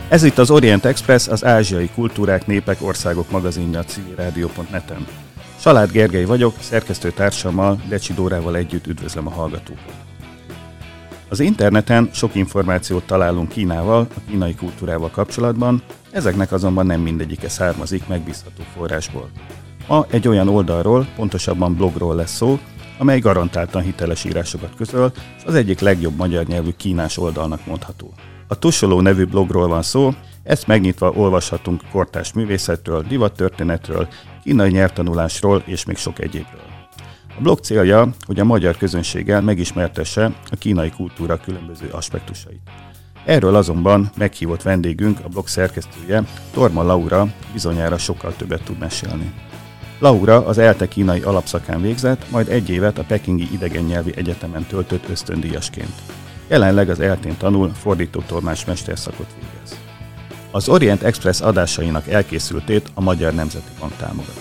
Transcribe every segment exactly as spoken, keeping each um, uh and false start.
Ez itt az Orient Express, az Ázsiai Kultúrák, Népek, Országok magazinja a civil rádió pont net-en. Salád Gergely vagyok, szerkesztőtársammal, Decsi Dórával együtt üdvözlöm a hallgatókat. Az interneten sok információt találunk Kínával, a kínai kultúrával kapcsolatban, ezeknek azonban nem mindegyike származik megbízható forrásból. Ma egy olyan oldalról, pontosabban blogról lesz szó, amely garantáltan hiteles írásokat közöl, és az egyik legjobb magyar nyelvű kínás oldalnak mondható. A Tusoló nevű blogról van szó, ezt megnyitva olvashatunk kortárs művészetről, divattörténetről, kínai nyelvtanulásról és még sok egyébről. A blog célja, hogy a magyar közönséggel megismertesse a kínai kultúra különböző aspektusait. Erről azonban meghívott vendégünk, a blog szerkesztője, Torma Laura bizonyára sokkal többet tud mesélni. Laura az ELTE kínai alapszakán végzett, majd egy évet a Pekingi Idegennyelvi Egyetemen töltött ösztöndíjasként. Jelenleg az ELTE-n tanul, fordító-tolmács mesterszakot végez. Az Orient Express adásainak elkészültét a Magyar Nemzeti Bank támogatja.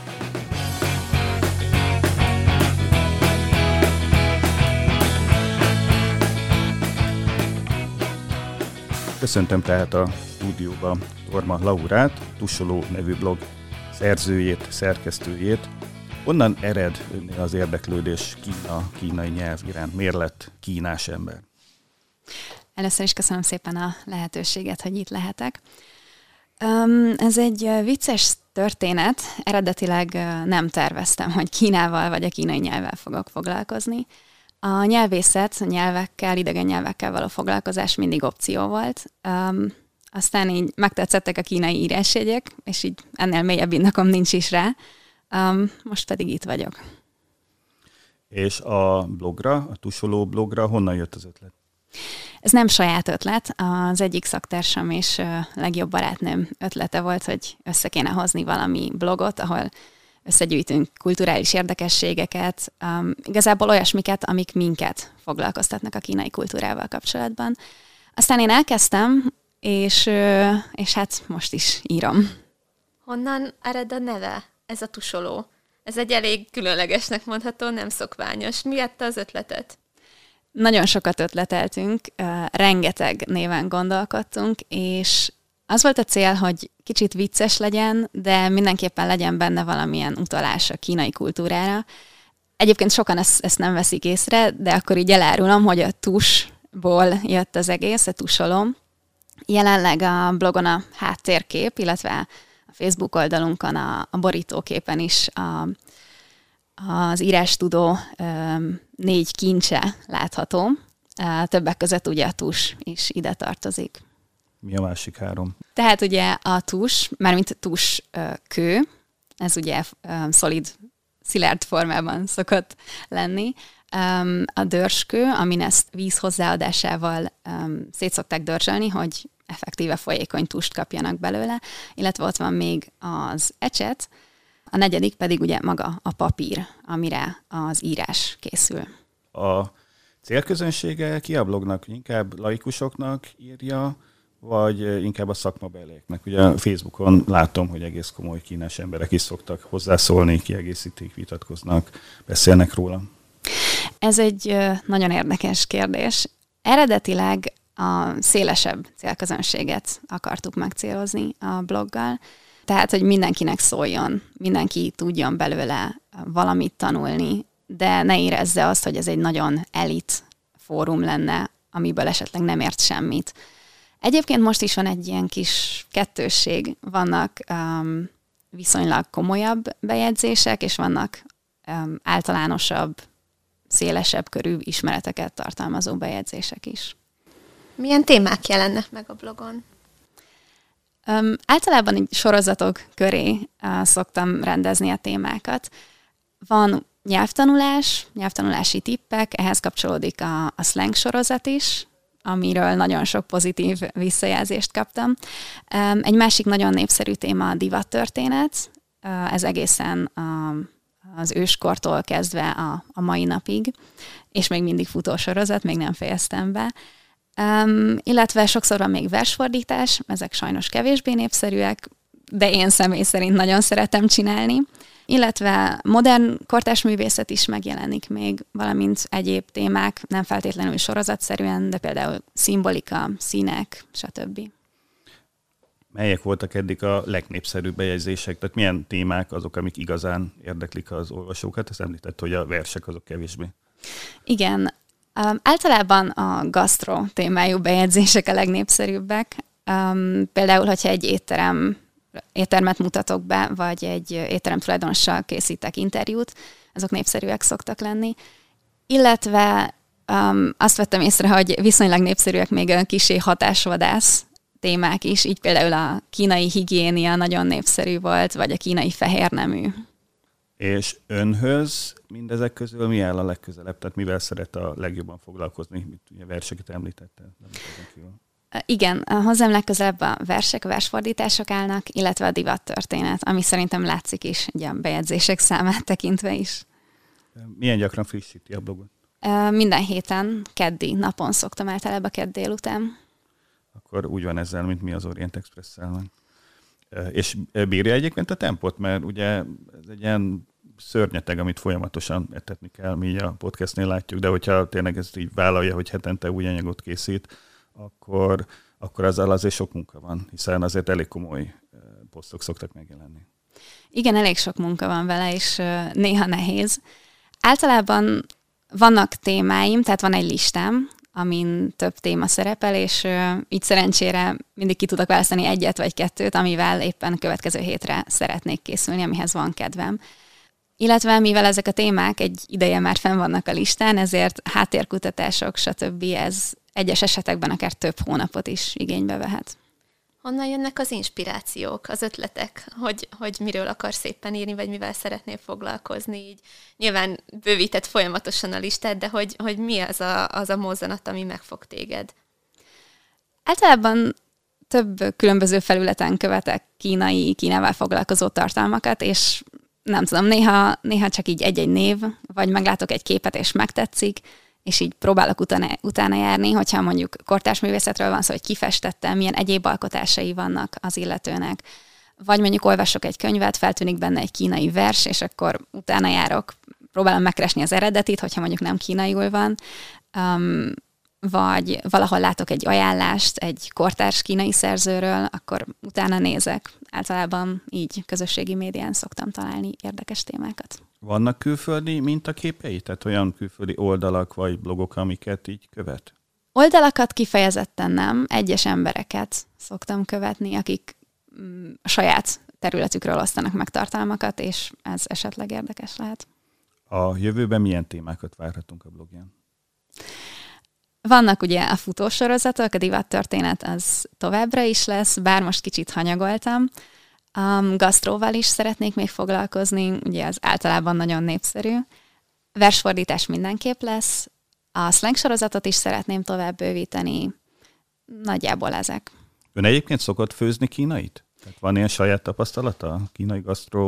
Köszöntöm tehát a stúdióba Torma Laurát, Tusoló nevű blog szerzőjét, szerkesztőjét. Honnan ered önnél az érdeklődés Kína, kínai nyelv iránt? Miért lett kínás ember? Először is köszönöm szépen a lehetőséget, hogy itt lehetek. Um, ez egy vicces történet. Eredetileg nem terveztem, hogy Kínával vagy a kínai nyelvvel fogok foglalkozni. A nyelvészet, a nyelvekkel, idegen nyelvekkel való foglalkozás mindig opció volt. Um, aztán így megtetszettek a kínai írásjegyek, és így ennél mélyebb indokom nincs is rá. Um, most pedig itt vagyok. És a blogra, a Tusoló blogra honnan jött az ötlet? Ez nem saját ötlet. Az egyik szaktársam és legjobb barátnőm ötlete volt, hogy össze kéne hozni valami blogot, ahol összegyűjtünk kulturális érdekességeket, um, igazából olyasmiket, amik minket foglalkoztatnak a kínai kultúrával kapcsolatban. Aztán én elkezdtem, és, és hát most is írom. Honnan ered a neve? Ez a Tusoló. Ez egy elég különlegesnek mondható, nem szokványos. Mi adta az ötletet? Nagyon sokat ötleteltünk, rengeteg néven gondolkodtunk, és az volt a cél, hogy kicsit vicces legyen, de mindenképpen legyen benne valamilyen utalás a kínai kultúrára. Egyébként sokan ezt, ezt nem veszik észre, de akkor így elárulom, hogy a tusból jött az egész, a tusolom. Jelenleg a blogon a háttérkép, illetve a Facebook oldalunkon a, a borítóképen is a, az írástudó um, négy kincse látható. Uh, többek között ugye a tus is ide tartozik. Mi a másik három? Tehát ugye a tus, mármint tus uh, kő, ez ugye um, szolid, szilárd formában szokott lenni. Um, a dörzskő, amin ezt víz hozzáadásával um, szét szokták dörzsölni, hogy effektíve folyékony tust kapjanak belőle, illetve ott van még az ecset, a negyedik pedig ugye maga a papír, amire az írás készül. A célközönsége ki a blognak? Inkább laikusoknak írja, vagy inkább a szakmabelieknek? Ugye a Facebookon látom, hogy egész komoly kínás emberek is szoktak hozzászólni, kiegészítik, vitatkoznak, beszélnek róla. Ez egy nagyon érdekes kérdés. Eredetileg a szélesebb célközönséget akartuk megcélozni a bloggal, tehát, hogy mindenkinek szóljon, mindenki tudjon belőle valamit tanulni, de ne érezze azt, hogy ez egy nagyon elit fórum lenne, amiből esetleg nem ért semmit. Egyébként most is van egy ilyen kis kettősség, vannak um, viszonylag komolyabb bejegyzések, és vannak um, általánosabb, szélesebb körű ismereteket tartalmazó bejegyzések is. Milyen témák jelennek meg a blogon? Um, általában így sorozatok köré uh, szoktam rendezni a témákat. Van nyelvtanulás, nyelvtanulási tippek, ehhez kapcsolódik a, a slang sorozat is, amiről nagyon sok pozitív visszajelzést kaptam. Um, egy másik nagyon népszerű téma a divattörténet, uh, ez egészen a, az őskortól kezdve a, a mai napig, és még mindig futó sorozat, még nem fejeztem be. Um, illetve sokszor van még versfordítás, ezek sajnos kevésbé népszerűek, de én személy szerint nagyon szeretem csinálni. Illetve modern kortárs művészet is megjelenik még, valamint egyéb témák, nem feltétlenül sorozatszerűen, de például szimbolika, színek, stb. Melyek voltak eddig a legnépszerűbb bejegyzések? Tehát milyen témák azok, amik igazán érdeklik az olvasókat? Ezt említett, hogy a versek azok kevésbé. Igen. Um, általában a gasztro témájú bejegyzések a legnépszerűbbek. Um, például, hogyha egy étterem, éttermet mutatok be, vagy egy étterem tulajdonossal készítek interjút, azok népszerűek szoktak lenni. Illetve um, azt vettem észre, hogy viszonylag népszerűek még a kisé hatásvadász témák is, így például a kínai higiénia nagyon népszerű volt, vagy a kínai fehérnemű. És önhöz mindezek közül mi áll a legközelebb? Tehát mivel szeret a legjobban foglalkozni? Ugye verseket említette. Igen, hozzám legközelebb a versek, a versfordítások állnak, illetve a divattörténet, ami szerintem látszik is, ugye a bejegyzések számát tekintve is. Milyen gyakran frissíti a blogot? Minden héten, keddi napon szoktam általában kedd délután. Akkor úgy van ezzel, mint mi az Orient Express-szel. És bírja egyébként a tempót, mert ugye ez egy ilyen szörnyeteg, amit folyamatosan etetni kell, mi a podcastnél látjuk, de hogyha tényleg ezt így vállalja, hogy hetente új anyagot készít, akkor, akkor azzal azért sok munka van, hiszen azért elég komoly posztok szoktak megjelenni. Igen, elég sok munka van vele, és néha nehéz. Általában vannak témáim, tehát van egy listám, amin több téma szerepel, és uh, így szerencsére mindig ki tudok választani egyet vagy kettőt, amivel éppen következő hétre szeretnék készülni, amihez van kedvem. Illetve mivel ezek a témák egy ideje már fenn vannak a listán, ezért háttérkutatások, stb. Ez egyes esetekben akár több hónapot is igénybe vehet. Honnan jönnek az inspirációk, az ötletek, hogy, hogy miről akarsz szépen írni, vagy mivel szeretnél foglalkozni? Így nyilván bővített folyamatosan a listát, de hogy, hogy mi az a, az a mozzanat, ami megfog téged? Általában több különböző felületen követek kínai, Kínával foglalkozó tartalmakat, és nem tudom, néha, néha csak így egy-egy név, vagy meglátok egy képet, és megtetszik, és így próbálok utána, utána járni, hogyha mondjuk kortárs művészetről van szó, hogy kifestette, milyen egyéb alkotásai vannak az illetőnek. Vagy mondjuk olvasok egy könyvet, feltűnik benne egy kínai vers, és akkor utána járok, próbálom megkeresni az eredetit, hogyha mondjuk nem kínaiul van, um, vagy valahol látok egy ajánlást egy kortárs kínai szerzőről, akkor utána nézek. Általában így közösségi médián szoktam találni érdekes témákat. Vannak külföldi mintaképei? Tehát olyan külföldi oldalak vagy blogok, amiket így követ? Oldalakat kifejezetten nem, egyes embereket szoktam követni, akik mm, a saját területükről osztanak meg tartalmakat, és ez esetleg érdekes lehet. A jövőben milyen témákat várhatunk a blogján? Vannak ugye a futósorozatok, a divattörténet az továbbra is lesz, bár most kicsit hanyagoltam. Um, gasztróval is szeretnék még foglalkozni, ugye az általában nagyon népszerű. Versfordítás mindenképp lesz. A slang sorozatot is szeretném tovább bővíteni. Nagyjából ezek. Ön egyébként szokott főzni kínait? Tehát van ilyen saját tapasztalata a kínai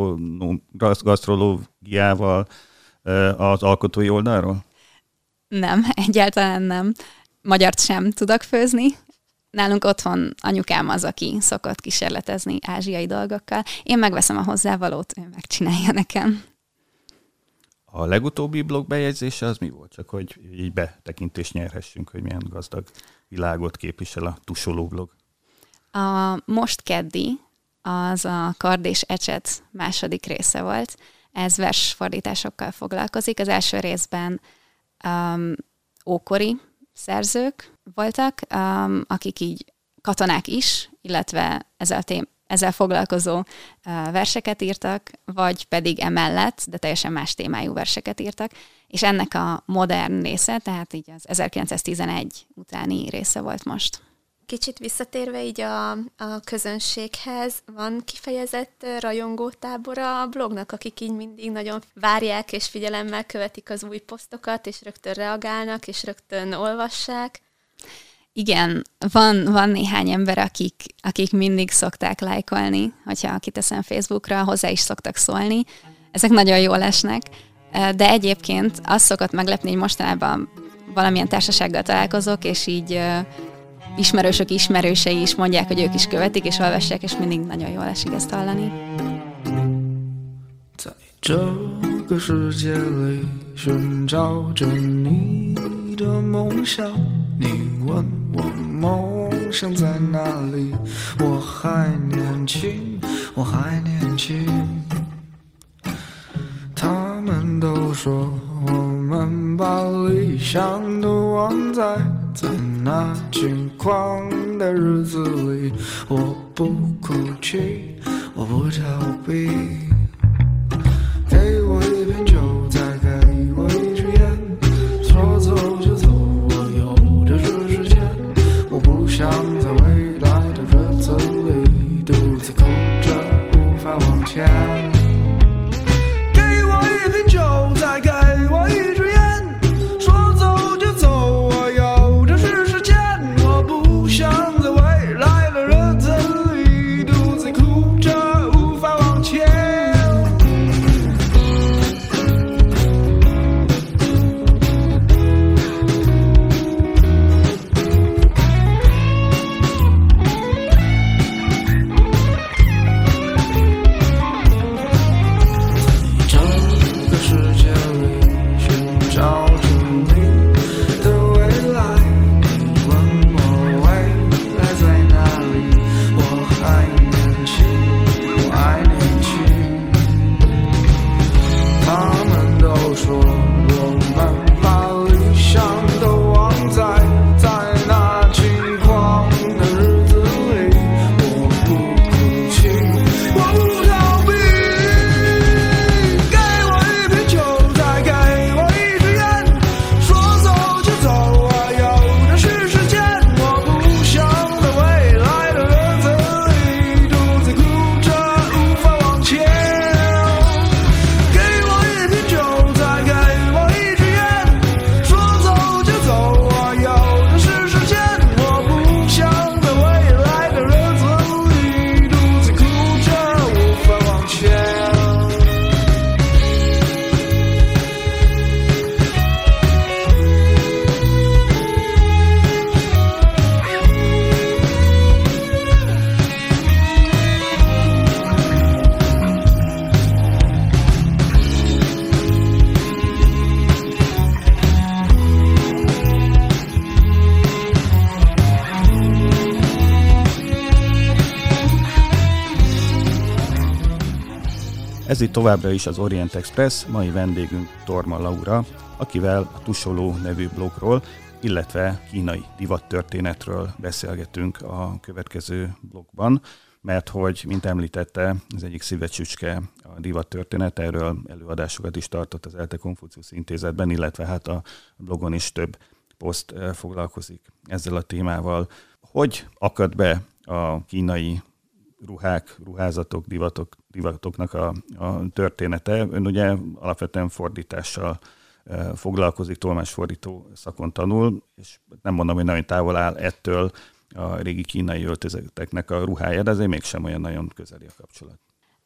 gasztrológiával az alkotói oldalról? Nem, egyáltalán nem. Magyart sem tudok főzni. Nálunk otthon anyukám az, aki szokott kísérletezni ázsiai dolgokkal. Én megveszem a hozzávalót, ő megcsinálja nekem. A legutóbbi blog bejegyzése az mi volt? Csak hogy így betekintést nyerhessünk, hogy milyen gazdag világot képvisel a tusoló blog. A most keddi, az a Kard és Ecset második része volt. Ez versfordításokkal foglalkozik. Az első részben um, ókori szerzők voltak, um, akik így katonák is, illetve ezzel, tém- ezzel foglalkozó uh, verseket írtak, vagy pedig emellett, de teljesen más témájú verseket írtak, és ennek a modern része, tehát így az ezerkilencszáztizenegy utáni része volt most. Kicsit visszatérve így a, a közönséghez, van kifejezett rajongótábora a blognak, akik így mindig nagyon várják és figyelemmel követik az új posztokat, és rögtön reagálnak, és rögtön olvassák? Igen, van, van néhány ember, akik, akik mindig szokták lájkolni, hogyha kiteszem Facebookra, hozzá is szoktak szólni. Ezek nagyon jól esnek, de egyébként azt szokott meglepni, hogy mostanában valamilyen társasággal találkozok, és így ismerősök ismerősei is mondják, hogy ők is követik, és olvassák, és mindig nagyon jól esik ezt hallani. 生在哪里？我还年轻，我还年轻。他们都说我们把理想都忘在在那轻狂的日子里。我不哭泣，我不逃避。给我一瓶酒，再给我一支烟，说走就走，我有的是时间。我不想在未来的日子里独自哭着无法往前。给我一瓶酒，再给我一支烟，说走就走，我有的是时间。我不想在未来的日子里独自哭着无法往前。 Ez itt továbbra is az Orient Express, mai vendégünk Torma Laura, akivel a Tusoló nevű blogról, illetve kínai divattörténetről beszélgetünk a következő blogban, mert hogy, mint említette, az egyik szívecsücske a divattörténet, erről előadásokat is tartott az ELTE Konfuciusz Intézetben, illetve hát a blogon is több poszt foglalkozik ezzel a témával. Hogy akad be a kínai ruhák, ruházatok, divatok, divatoknak a, a története? Ön ugye alapvetően fordítással e, foglalkozik, tolmácsfordító szakon tanul, és nem mondom, hogy nagyon távol áll ettől a régi kínai öltözeteknek a ruhája, de azért mégsem olyan nagyon közeli a kapcsolat.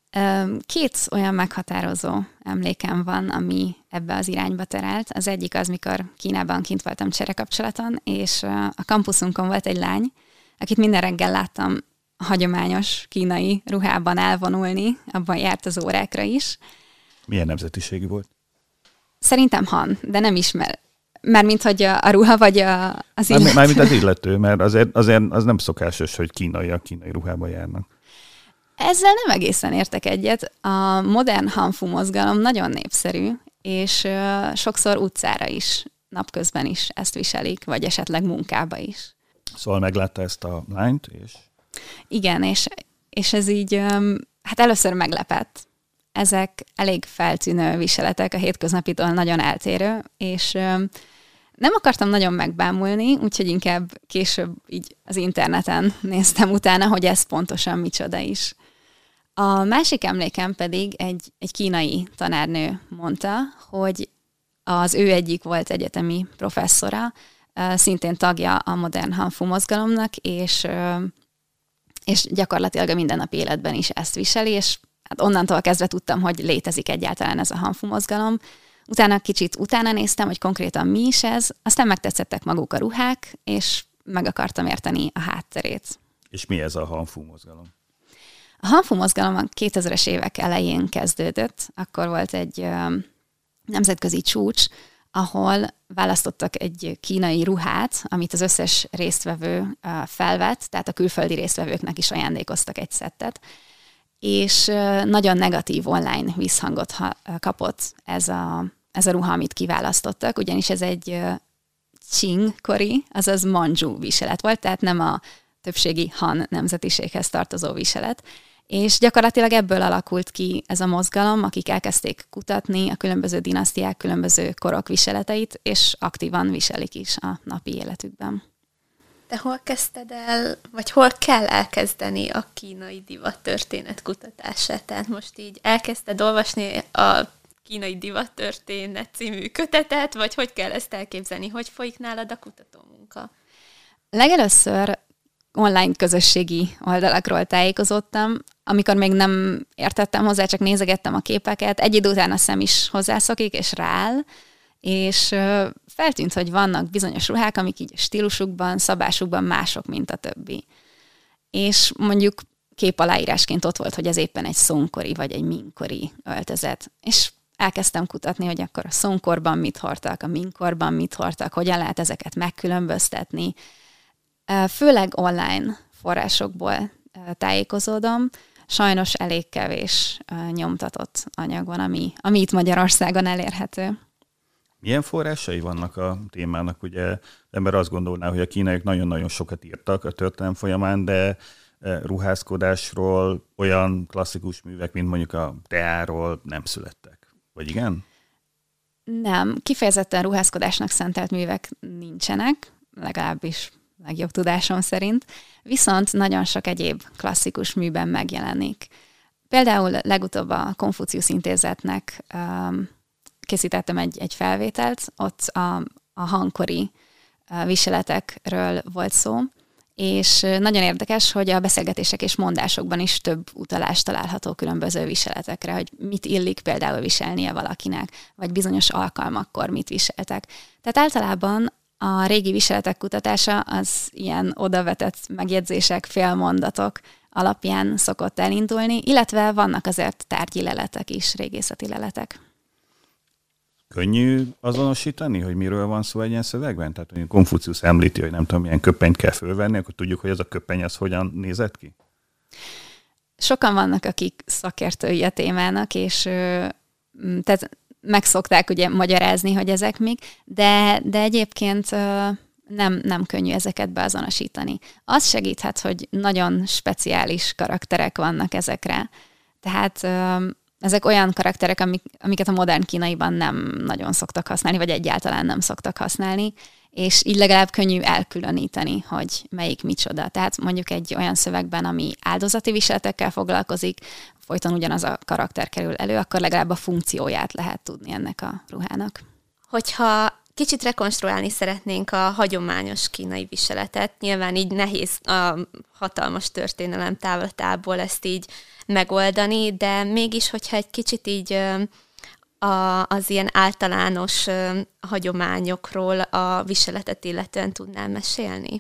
Két olyan meghatározó emlékem van, ami ebbe az irányba terelt. Az egyik az, mikor Kínában kint voltam cserekapcsolaton, és a kampuszunkon volt egy lány, akit minden reggel láttam hagyományos kínai ruhában elvonulni, abban járt az órákra is. Milyen nemzetiségű volt? Szerintem Han, de nem ismer. Mármint, hogy a, a ruha vagy a, az illető. Mármint az illető, mert azért, azért az nem szokásos, hogy kínaiak kínai ruhában járnak. Ezzel nem egészen értek egyet. A modern hanfu mozgalom nagyon népszerű, és uh, sokszor utcára is, napközben is ezt viselik, vagy esetleg munkába is. Szóval meglátta ezt a lányt, és... Igen, és, és ez így, um, hát először meglepett. Ezek elég feltűnő viseletek, a hétköznapitól nagyon eltérő, és um, nem akartam nagyon megbámulni, úgyhogy inkább később így az interneten néztem utána, hogy ez pontosan micsoda is. A másik emlékem pedig egy, egy kínai tanárnő mondta, hogy az ő egyik volt egyetemi professzora, szintén tagja a modern hanfu mozgalomnak, és, és gyakorlatilag a mindennapi életben is ezt viseli, és hát onnantól kezdve tudtam, hogy létezik egyáltalán ez a hanfu mozgalom. Utána kicsit utána néztem, hogy konkrétan mi is ez, aztán megtetszettek maguk a ruhák, és meg akartam érteni a hátterét. És mi ez a hanfu mozgalom? A hanfu mozgalom a kétezres évek elején kezdődött, akkor volt egy ö, nemzetközi csúcs, ahol választottak egy kínai ruhát, amit az összes résztvevő felvett, tehát a külföldi résztvevőknek is ajándékoztak egy szettet, és nagyon negatív online visszhangot kapott ez a, ez a ruha, amit kiválasztottak, ugyanis ez egy Qing-kori, azaz mandzsu viselet volt, tehát nem a többségi Han nemzetiséghez tartozó viselet, és gyakorlatilag ebből alakult ki ez a mozgalom, akik elkezdték kutatni a különböző dinasztiák, különböző korok viseleteit, és aktívan viselik is a napi életükben. De hol kezdted el, vagy hol kell elkezdeni a kínai divattörténet kutatását? Tehát most így elkezdted olvasni a kínai divattörténet című kötetet, vagy hogy kell ezt elképzelni? Hogy folyik nálad a kutatómunka? Legelőször online közösségi oldalakról tájékozottam, amikor még nem értettem hozzá, csak nézegettem a képeket. Egy idő után a szem is hozzászokik, és rááll, és feltűnt, hogy vannak bizonyos ruhák, amik így stílusukban, szabásukban mások, mint a többi. És mondjuk kép aláírásként ott volt, hogy ez éppen egy Song-kori vagy egy Ming-kori öltözet. És elkezdtem kutatni, hogy akkor a Song-korban mit hordtak, a Ming-korban mit hordtak, hogyan lehet ezeket megkülönböztetni. Főleg online forrásokból tájékozódom, sajnos elég kevés nyomtatott anyag van, ami, ami itt Magyarországon elérhető. Milyen forrásai vannak a témának? Ugye az ember azt gondolná, hogy a kínaiak nagyon-nagyon sokat írtak a történelem folyamán, de ruházkodásról olyan klasszikus művek, mint mondjuk a teáról nem születtek. Vagy igen? Nem, kifejezetten ruházkodásnak szentelt művek nincsenek, legalábbis legjobb tudásom szerint, viszont nagyon sok egyéb klasszikus műben megjelenik. Például legutóbb a Konfuciusz Intézetnek um, készítettem egy, egy felvételt, ott a, a Han-kori uh, viseletekről volt szó, és nagyon érdekes, hogy a beszélgetések és mondásokban is több utalás található különböző viseletekre, hogy mit illik például viselnie valakinek, vagy bizonyos alkalmakkor mit viseltek. Tehát általában a régi viseletek kutatása az ilyen odavetett megjegyzések, félmondatok alapján szokott elindulni, illetve vannak azért tárgyi leletek is, régészeti leletek. Könnyű azonosítani, hogy miről van szó egy ilyen szövegben? Tehát, hogy Konfuciusz említi, hogy nem tudom, milyen köpenyt kell fölvenni, akkor tudjuk, hogy az a köpeny az hogyan nézett ki? Sokan vannak, akik szakértői a témának, és tehát meg szokták ugye magyarázni, hogy ezek mik, de, de egyébként nem, nem könnyű ezeket beazonosítani. Az segíthet, hogy nagyon speciális karakterek vannak ezekre. Tehát ezek olyan karakterek, amik, amiket a modern kínaiban nem nagyon szoktak használni, vagy egyáltalán nem szoktak használni, és így legalább könnyű elkülöníteni, hogy melyik micsoda. Tehát mondjuk egy olyan szövegben, ami áldozati viseletekkel foglalkozik, folyton ugyanaz a karakter kerül elő, akkor legalább a funkcióját lehet tudni ennek a ruhának. Hogyha kicsit rekonstruálni szeretnénk a hagyományos kínai viseletet, nyilván így nehéz a hatalmas történelem távlatából ezt így megoldani, de mégis, hogyha egy kicsit így a, az ilyen általános hagyományokról a viseletet illetően tudnál mesélni?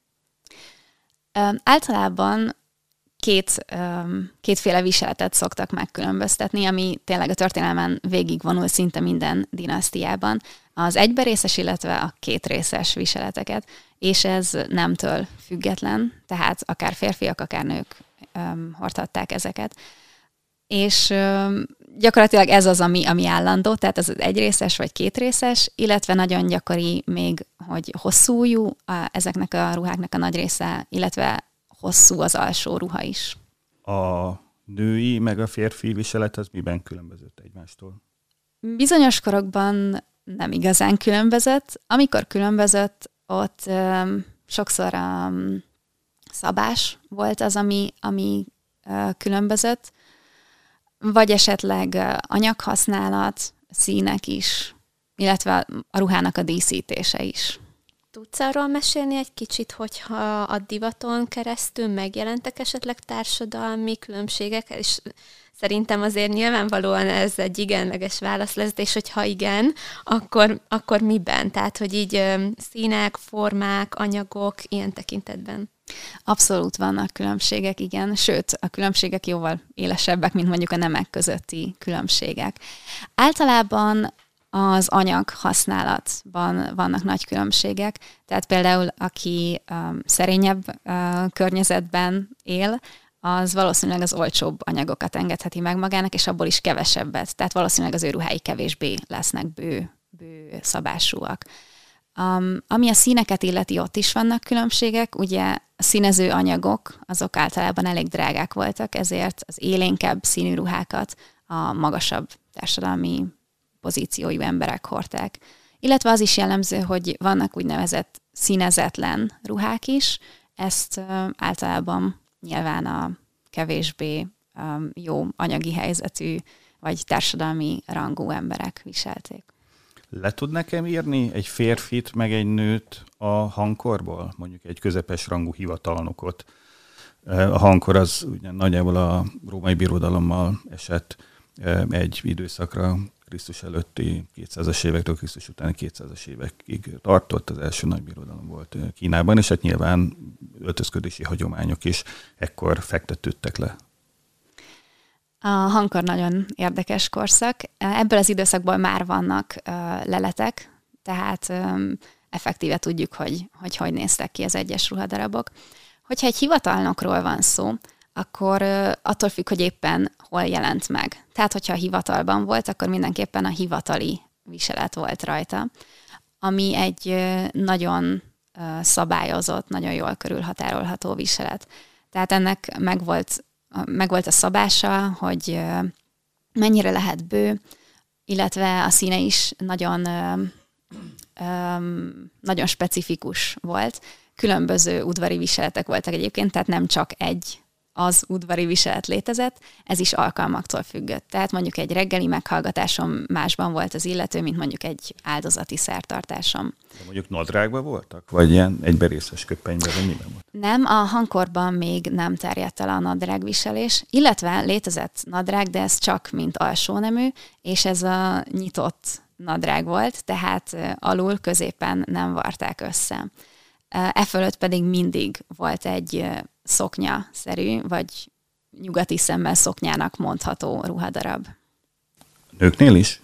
Általában Két, kétféle viseletet szoktak megkülönböztetni, ami tényleg a történelmen végigvonul szinte minden dinasztiában. Az egyberészes, illetve a kétrészes viseleteket, és ez nemtől független, tehát akár férfiak, akár nők um, hordhatták ezeket. És um, gyakorlatilag ez az, ami, ami állandó, tehát az egyrészes vagy kétrészes, illetve nagyon gyakori még, hogy hosszújú a, ezeknek a ruháknak a nagy része, illetve hosszú az alsó ruha is. A női meg a férfi viselet az miben különbözött egymástól? Bizonyos korokban nem igazán különbözött. Amikor különbözött, ott um, sokszor um, szabás volt az, ami, ami uh, különbözött, vagy esetleg uh, anyaghasználat, színek is, illetve a ruhának a díszítése is. Tudsz arról mesélni egy kicsit, hogyha a divaton keresztül megjelentek esetleg társadalmi különbségek, és szerintem azért nyilvánvalóan ez egy igenleges válasz lesz, és hogyha igen, akkor, akkor miben? Tehát, hogy így színek, formák, anyagok, ilyen tekintetben. Abszolút vannak különbségek, igen, sőt, a különbségek jóval élesebbek, mint mondjuk a nemek közötti különbségek. Általában Az anyag használatban vannak nagy különbségek, tehát például aki um, szerényebb uh, környezetben él, az valószínűleg az olcsóbb anyagokat engedheti meg magának, és abból is kevesebbet. Tehát valószínűleg az ő ruhái kevésbé lesznek bő, bő szabásúak. Um, ami a színeket illeti, ott is vannak különbségek. Ugye a színező anyagok, azok általában elég drágák voltak, ezért az élénkebb színű ruhákat a magasabb társadalmi pozíciójú emberek hordták. Illetve az is jellemző, hogy vannak úgynevezett színezetlen ruhák is, ezt uh, általában nyilván a kevésbé um, jó anyagi helyzetű vagy társadalmi rangú emberek viselték. Le tud nekem írni egy férfit meg egy nőt a hangkorból? Mondjuk egy közepes rangú hivatalnokot. A hangkor az ugye nagyjából a római birodalommal esett egy időszakra, Krisztus előtti kétszázas évektől Krisztus utáni kétszázas évekig tartott, az első nagy birodalom volt Kínában, és hát nyilván öltözködési hagyományok is ekkor fektetődtek le. A hangkor nagyon érdekes korszak. Ebből az időszakból már vannak uh, leletek, tehát um, effektíve tudjuk, hogy, hogy hogy néztek ki az egyes ruhadarabok. Hogyha egy hivatalnokról van szó, akkor uh, attól függ, hogy éppen hol jelent meg. Tehát, hogyha a hivatalban volt, akkor mindenképpen a hivatali viselet volt rajta, ami egy uh, nagyon uh, szabályozott, nagyon jól körülhatárolható viselet. Tehát ennek megvolt megvolt a szabása, hogy mennyire lehet bő, illetve a színe is nagyon, nagyon specifikus volt. Különböző udvari viseletek voltak egyébként, tehát nem csak egy az udvari viselet létezett, ez is alkalmaktól függött. Tehát mondjuk egy reggeli meghallgatásom másban volt az illető, mint mondjuk egy áldozati szertartásom. De mondjuk nadrágban voltak? Vagy ilyen egyberészes köpenyben, vagy miben volt? Nem, a hangkorban még nem terjedt el a nadrágviselés, illetve létezett nadrág, de ez csak mint alsónemű, és ez a nyitott nadrág volt, tehát alul, középen nem varták össze. E fölött pedig mindig volt egy szoknya-szerű, vagy nyugati szemmel szoknyának mondható ruhadarab. Nőknél is?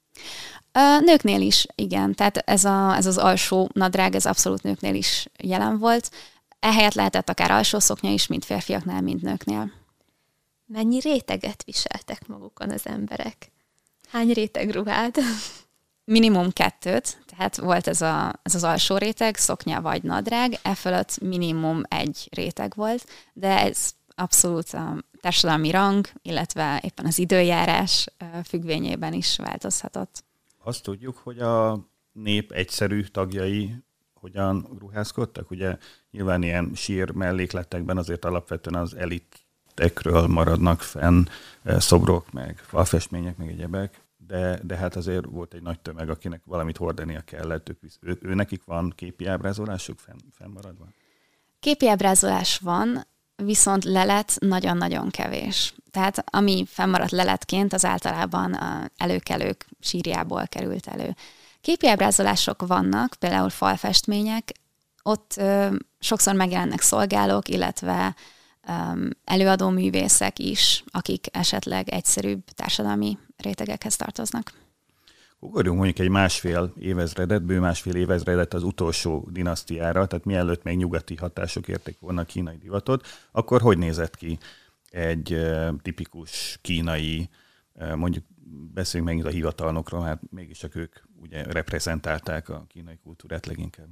Nőknél is, igen. Tehát ez, a, ez az alsó nadrág, ez abszolút nőknél is jelen volt. Ehelyett lehetett akár alsó szoknya is, mint férfiaknál, mint nőknél. Mennyi réteget viseltek magukon az emberek? Hány réteg ruhát? Minimum kettőt, tehát volt ez, a, ez az alsó réteg, szoknya vagy nadrág, e fölött minimum egy réteg volt, de ez abszolút a társadalmi rang, illetve éppen az időjárás függvényében is változhatott. Azt tudjuk, hogy a nép egyszerű tagjai hogyan ruházkodtak? Ugye nyilván ilyen sír mellékletekben azért alapvetően az elitekről maradnak fenn szobrok, meg falfestmények, meg egyebek, de, de hát azért volt egy nagy tömeg, akinek valamit hordania kellett. Ők, ő, ő nekik van képi ábrázolásuk fenn, fennmaradva? Képi ábrázolás van, viszont lelet nagyon-nagyon kevés. Tehát ami fennmaradt leletként, az általában a előkelők sírjából került elő. Képi ábrázolások vannak, például falfestmények, ott ö, sokszor megjelennek szolgálók, illetve ö, előadó művészek is, akik esetleg egyszerűbb társadalmi rétegekhez tartoznak. Ugorjunk mondjuk egy másfél évezredet, bő másfél évezredet az utolsó dinasztiára, tehát mielőtt még nyugati hatások érték volna a kínai divatot, akkor hogy nézett ki egy uh, tipikus kínai, uh, mondjuk beszéljünk megint a hivatalnokról, hát mégiscsak ők ugye reprezentálták a kínai kultúrát leginkább.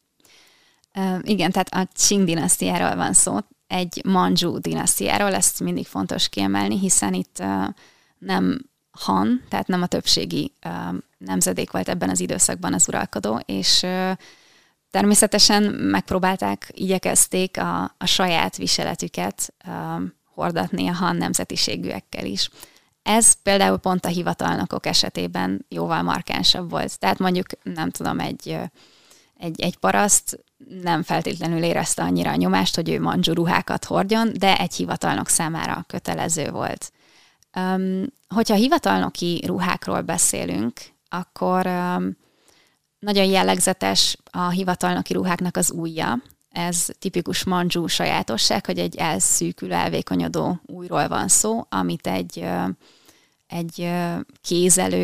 Uh, igen, tehát a Qing dinasztiáról van szó, egy Mandzsu dinasztiáról, ezt mindig fontos kiemelni, hiszen itt uh, nem Han, tehát nem a többségi uh, nemzedék volt ebben az időszakban az uralkodó, és uh, természetesen megpróbálták, igyekezték a, a saját viseletüket uh, hordatni a Han nemzetiségűekkel is. Ez például pont a hivatalnokok esetében jóval markánsabb volt. Tehát mondjuk, nem tudom, egy, egy, egy paraszt nem feltétlenül érezte annyira a nyomást, hogy ő mandzsu ruhákat hordjon, de egy hivatalnok számára kötelező volt. Um, hogyha hivatalnoki ruhákról beszélünk, akkor um, nagyon jellegzetes a hivatalnoki ruháknak az ujja. Ez tipikus mandzsu sajátosság, hogy egy elszűkülő, elvékonyodó ujjról van szó, amit egy, egy kézelő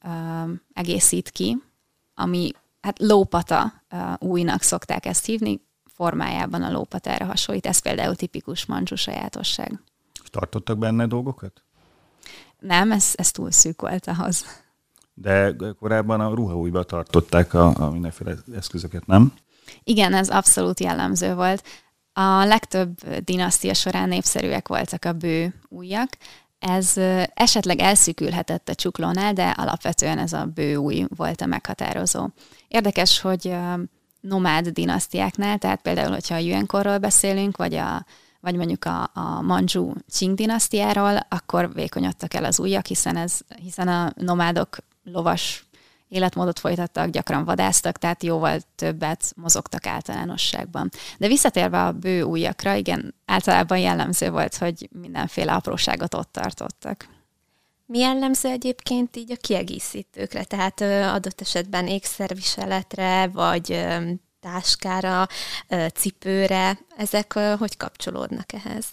uh, egészít ki, ami hát lópata uh, újnak szokták ezt hívni, formájában a lópatára hasonlít. Ez például tipikus mandzsu sajátosság. Tartottak benne dolgokat? Nem, ez, ez túl szűk volt ahhoz. De korábban a ruhaújba tartották a, a mindenféle eszközöket, nem? Igen, ez abszolút jellemző volt. A legtöbb dinasztia során népszerűek voltak a bő ujjak. Ez esetleg elszűkülhetett a csuklónál, de alapvetően ez a bő ujj volt a meghatározó. Érdekes, hogy nomád dinasztiáknál, tehát például, hogyha a Yuan-korról beszélünk, vagy, a, vagy mondjuk a, a Mandzsu Qing dinasztiáról, akkor vékonyodtak el az ujjak, hiszen, ez, hiszen a nomádok lovas életmódot folytattak, gyakran vadásztak, tehát jóval többet mozogtak általánosságban. De visszatérve a bő ujjakra, igen, általában jellemző volt, hogy mindenféle apróságot ott tartottak. Mi jellemző egyébként így a kiegészítőkre? Tehát adott esetben ékszerviseletre, vagy táskára, cipőre, ezek hogy kapcsolódnak ehhez?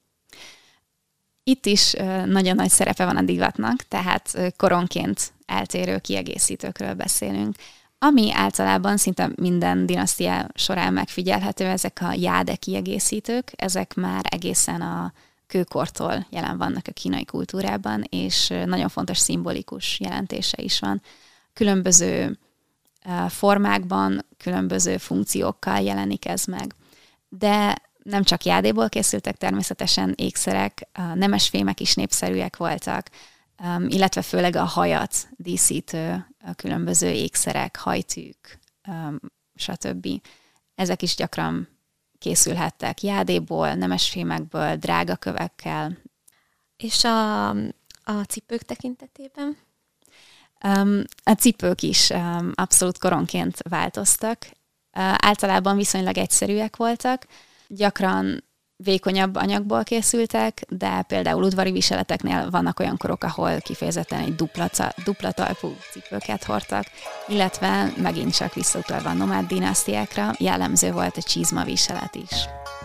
Itt is nagyon nagy szerepe van a divatnak, tehát koronként eltérő kiegészítőkről beszélünk. Ami általában szinte minden dinasztia során megfigyelhető, ezek a jáde kiegészítők, ezek már egészen a kőkortól jelen vannak a kínai kultúrában, és nagyon fontos szimbolikus jelentése is van. Különböző formákban, különböző funkciókkal jelenik ez meg. De nem csak jádéból készültek, természetesen ékszerek, nemesfémek is népszerűek voltak, illetve főleg a hajat díszítő különböző ékszerek, hajtűk, stb. Ezek is gyakran készülhettek jádéból, nemesfémekből, drága kövekkel. És a, a cipők tekintetében? A cipők is abszolút koronként változtak. Általában viszonylag egyszerűek voltak, gyakran vékonyabb anyagból készültek, de például udvari viseleteknél vannak olyan korok, ahol kifejezetten egy dupla, dupla talpú cipőket hordtak, illetve megint csak visszautalva a nomád dinasztiákra jellemző volt a csizma viselet is.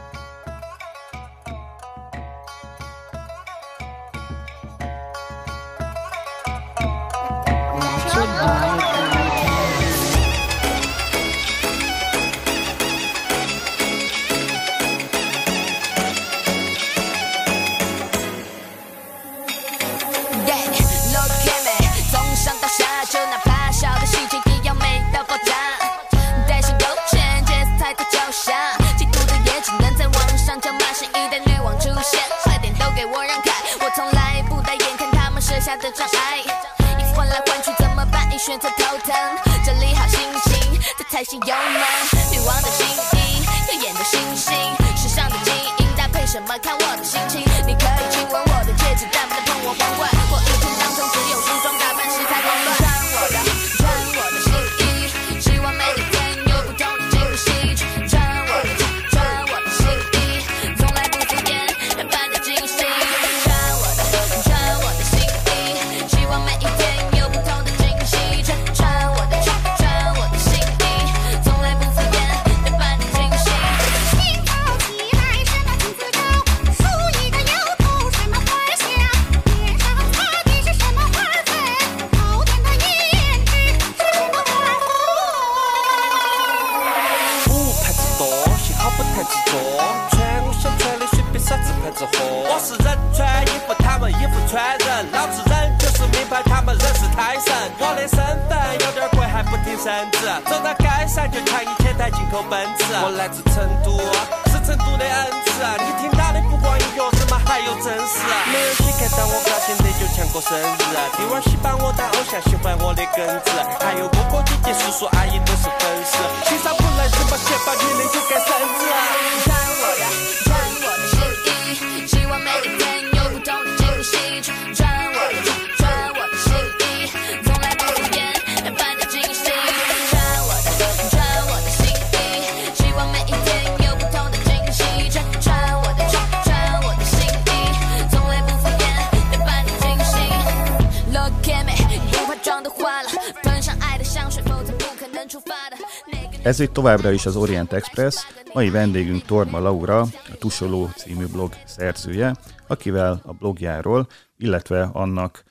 Ez itt továbbra is az Orient Express, mai vendégünk Torma Laura, a Tusoló című blog szerzője, akivel a blogjáról, illetve annak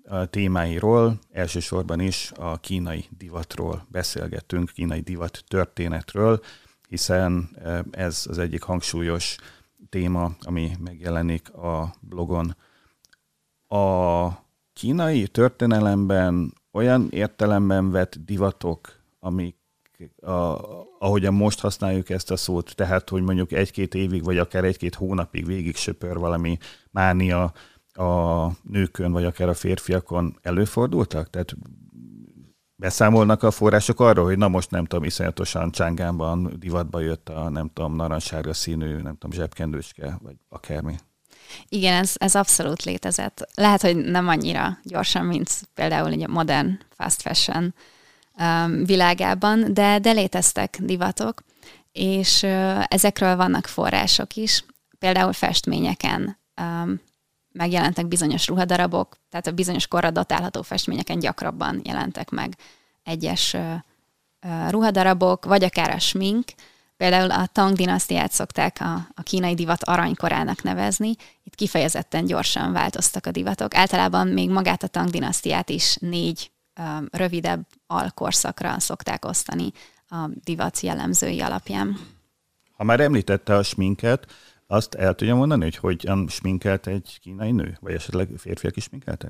témáiról, elsősorban is a kínai divatról beszélgetünk, kínai divat történetről, hiszen ez az egyik hangsúlyos téma, ami megjelenik a blogon. A kínai történelemben olyan értelemben vett divatok, amik, a, ahogyan most használjuk ezt a szót, tehát, hogy mondjuk egy-két évig, vagy akár egy-két hónapig végig söpör valami mánia a nőkön, vagy akár a férfiakon, előfordultak? Tehát beszámolnak a források arról, hogy na most nem tudom, iszonyatosan Csángánban divatba jött a nem tudom, narancssárga színű, nem tudom, zsebkendőcske, vagy akármi. Igen, ez, ez abszolút létezett. Lehet, hogy nem annyira gyorsan, mint például egy a modern fast fashion um, világában, de, de léteztek divatok, és uh, ezekről vannak források is. Például festményeken um, megjelentek bizonyos ruhadarabok, tehát a bizonyos korra datálható festményeken gyakrabban jelentek meg egyes uh, uh, ruhadarabok, vagy akár a smink. Például a Tang dinasztiát szokták a, a kínai divat aranykorának nevezni. Itt kifejezetten gyorsan változtak a divatok. Általában még magát a Tang dinasztiát is négy um, rövidebb alkorszakra szokták osztani a divat jellemzői alapján. Ha már említette a sminket, azt el tudja mondani, hogy hogyan sminkelt egy kínai nő? Vagy esetleg férfiak is sminkeltek?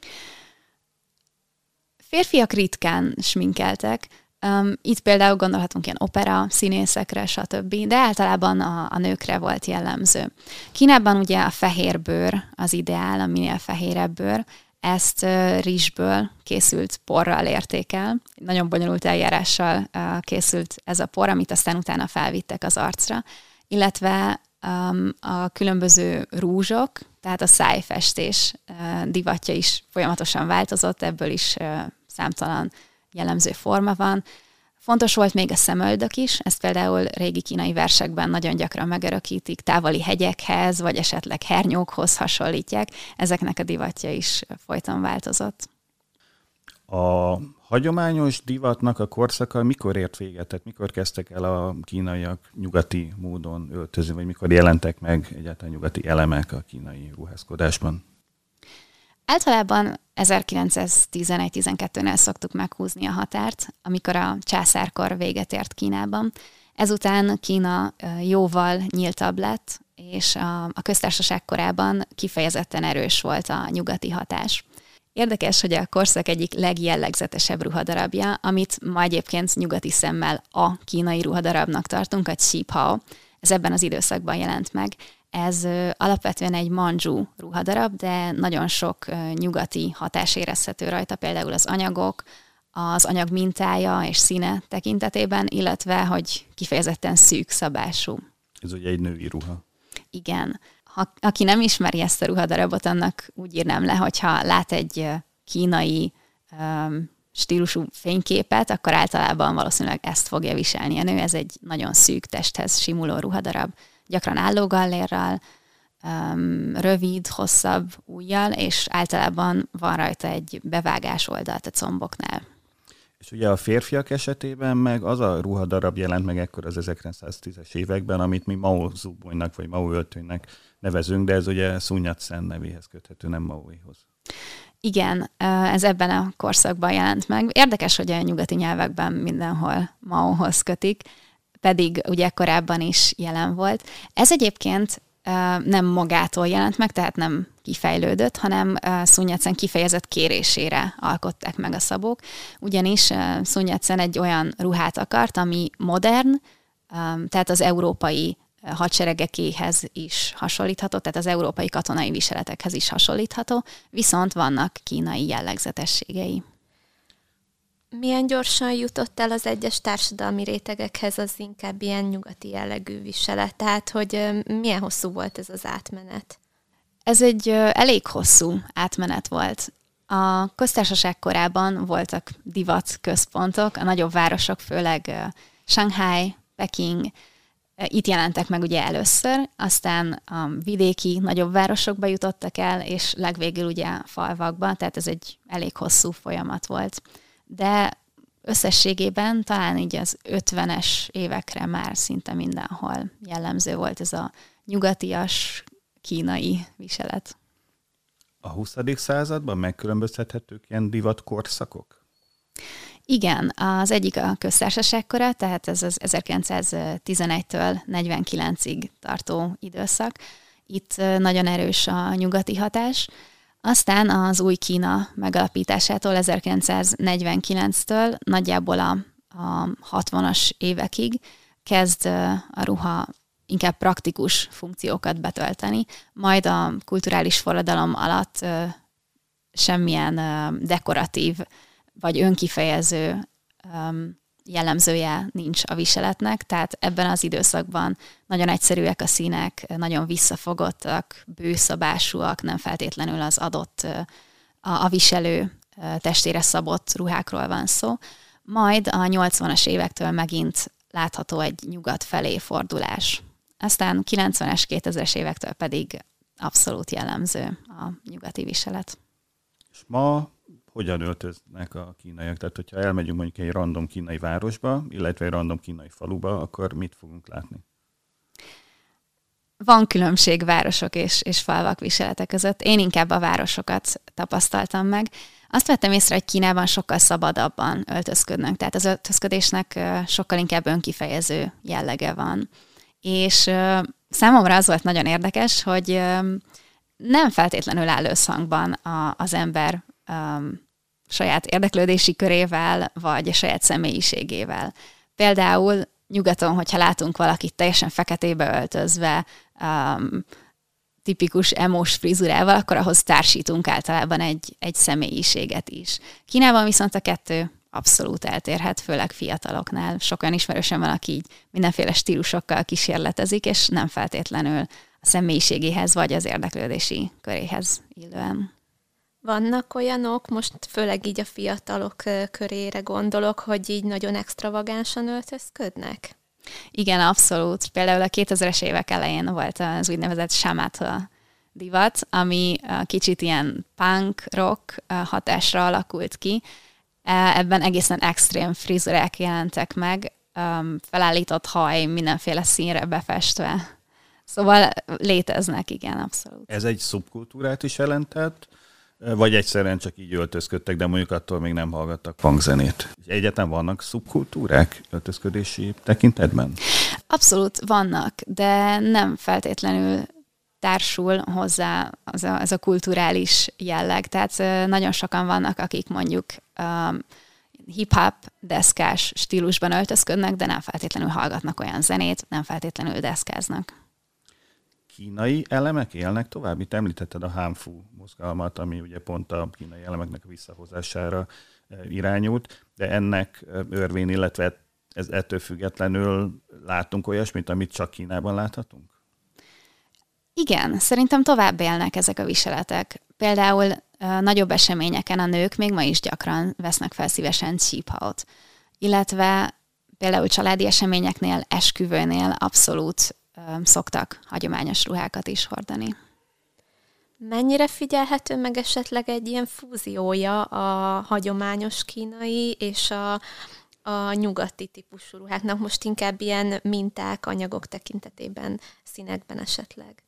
Férfiak ritkán sminkeltek. Um, itt például gondolhatunk ilyen opera színészekre, stb., de általában a, a nőkre volt jellemző. Kínában ugye a fehér bőr az ideál, a minél fehérebb bőr. Ezt uh, rizsből készült porral érték el. Nagyon bonyolult eljárással uh, készült ez a por, amit aztán utána felvittek az arcra. Illetve um, a különböző rúzsok, tehát a szájfestés uh, divatja is folyamatosan változott, ebből is uh, számtalan jellemző forma van. Fontos volt még a szemöldök is, ezt például régi kínai versekben nagyon gyakran megörökítik, távoli hegyekhez, vagy esetleg hernyókhoz hasonlítják. Ezeknek a divatja is folyton változott. A hagyományos divatnak a korszaka mikor ért véget? Tehát mikor kezdtek el a kínaiak nyugati módon öltözni, vagy mikor jelentek meg egyáltalán nyugati elemek a kínai ruházkodásban? Általában ezerkilencszáztizenegy-tizenkettőnél szoktuk meghúzni a határt, amikor a császárkor véget ért Kínában. Ezután Kína jóval nyíltabb lett, és a, a köztársaság korában kifejezetten erős volt a nyugati hatás. Érdekes, hogy a korszak egyik legjellegzetesebb ruhadarabja, amit ma egyébként nyugati szemmel a kínai ruhadarabnak tartunk, a Qipao. Ez ebben az időszakban jelent meg. Ez ö, alapvetően egy mandzsú ruhadarab, de nagyon sok ö, nyugati hatás érezhető rajta, például az anyagok, az anyag mintája és színe tekintetében, illetve, hogy kifejezetten szűk szabású. Ez ugye egy női ruha. Igen. Ha, aki nem ismeri ezt a ruhadarabot, annak úgy írnám le, hogyha lát egy kínai um, stílusú fényképet, akkor általában valószínűleg ezt fogja viselni a nő. Ez egy nagyon szűk testhez simuló ruhadarab, gyakran állógallérral, um, rövid, hosszabb ujjal, és általában van rajta egy bevágás oldalt a comboknál. És ugye a férfiak esetében meg az a ruhadarab jelent meg ekkor az ezerkilencszáztízes években, amit mi Mao zubonynak vagy Mao öltönynek nevezünk, de ez ugye Sun Yat-sen nevéhez köthető, nem Maoihoz. Igen, ez ebben a korszakban jelent meg. Érdekes, hogy a nyugati nyelvekben mindenhol Maohoz kötik, pedig ugye korábban is jelen volt. Ez egyébként nem magától jelent meg, tehát nem kifejlődött, hanem Sun Yat-sen kifejezett kérésére alkották meg a szabók, ugyanis Sun Yat-sen egy olyan ruhát akart, ami modern, tehát az európai hadseregekéhez is hasonlítható, tehát az európai katonai viseletekhez is hasonlítható, viszont vannak kínai jellegzetességei. Milyen gyorsan jutott el az egyes társadalmi rétegekhez az inkább ilyen nyugati jellegű viselet? Tehát, hogy milyen hosszú volt ez az átmenet? Ez egy elég hosszú átmenet volt. A köztársaság korában voltak divat központok, a nagyobb városok, főleg Shanghai, Peking, itt jelentek meg ugye először, aztán a vidéki nagyobb városokba jutottak el, és legvégül ugye a falvakba, tehát ez egy elég hosszú folyamat volt. De összességében talán így az ötvenes évekre már szinte mindenhol jellemző volt ez a nyugatias kínai viselet. A huszadik században megkülönböztethetők ilyen divatkorszakok? Igen, az egyik a köztársaságkora, tehát ez az ezerkilencszáztizenegytől negyvenkilencig tartó időszak. Itt nagyon erős a nyugati hatás. Aztán az új Kína megalapításától ezerkilencszáznegyvenkilenctől nagyjából a, a hatvanas évekig kezd a ruha inkább praktikus funkciókat betölteni, majd a kulturális forradalom alatt semmilyen dekoratív vagy önkifejező jellemzője nincs a viseletnek, tehát ebben az időszakban nagyon egyszerűek a színek, nagyon visszafogottak, bőszabásúak, nem feltétlenül az adott, a, a viselő testére szabott ruhákról van szó. Majd a nyolcvanas évektől megint látható egy nyugat felé fordulás. Aztán kilencvenes, kétezres évektől pedig abszolút jellemző a nyugati viselet. És ma hogyan öltöznek a kínaiak? Tehát, hogyha elmegyünk mondjuk egy random kínai városba, illetve egy random kínai faluba, akkor mit fogunk látni? Van különbség városok és, és falvak viselete között. Én inkább a városokat tapasztaltam meg. Azt vettem észre, hogy Kínában sokkal szabadabban öltözködnek, tehát az öltözködésnek sokkal inkább önkifejező jellege van. És számomra az volt nagyon érdekes, hogy nem feltétlenül áll összhangban a, az ember um, saját érdeklődési körével, vagy a saját személyiségével. Például nyugaton, hogyha látunk valakit teljesen feketébe öltözve, um, tipikus emos frizurával, akkor ahhoz társítunk általában egy, egy személyiséget is. Kínában viszont a kettő abszolút eltérhet, főleg fiataloknál. Sok olyan ismerősöm van, aki így mindenféle stílusokkal kísérletezik, és nem feltétlenül a személyiségéhez vagy az érdeklődési köréhez illően. Vannak olyanok, most főleg így a fiatalok körére gondolok, hogy így nagyon extravagánsan öltözködnek? Igen, abszolút. Például a kétezres évek elején volt az úgynevezett shamatha divat, ami kicsit ilyen punk, rock hatásra alakult ki. Ebben egészen extrém frizurák jelentek meg, felállított haj, mindenféle színre befestve. Szóval léteznek, igen, abszolút. Ez egy szubkultúrát is jelentett, vagy egyszerűen csak így öltözködtek, de mondjuk attól még nem hallgattak punkzenét. Egyáltalán vannak szubkultúrák öltözködési tekintetben? Abszolút vannak, de nem feltétlenül társul hozzá az a, az a kulturális jelleg. Tehát nagyon sokan vannak, akik mondjuk um, hip-hop, deszkás stílusban öltözködnek, de nem feltétlenül hallgatnak olyan zenét, nem feltétlenül deszkáznak. Kínai elemek élnek tovább? Itt említetted a Hanfu mozgalmat, ami ugye pont a kínai elemeknek a visszahozására irányult, de ennek örvén, illetve ez ettől függetlenül látunk olyasmit, amit csak Kínában láthatunk? Igen, szerintem tovább élnek ezek a viseletek. Például uh, nagyobb eseményeken a nők még ma is gyakran vesznek fel szívesen csíphaut, illetve például családi eseményeknél, esküvőnél abszolút uh, szoktak hagyományos ruhákat is hordani. Mennyire figyelhető meg esetleg egy ilyen fúziója a hagyományos kínai és a, a nyugati típusú ruháknak, most inkább ilyen minták, anyagok tekintetében, színekben esetleg?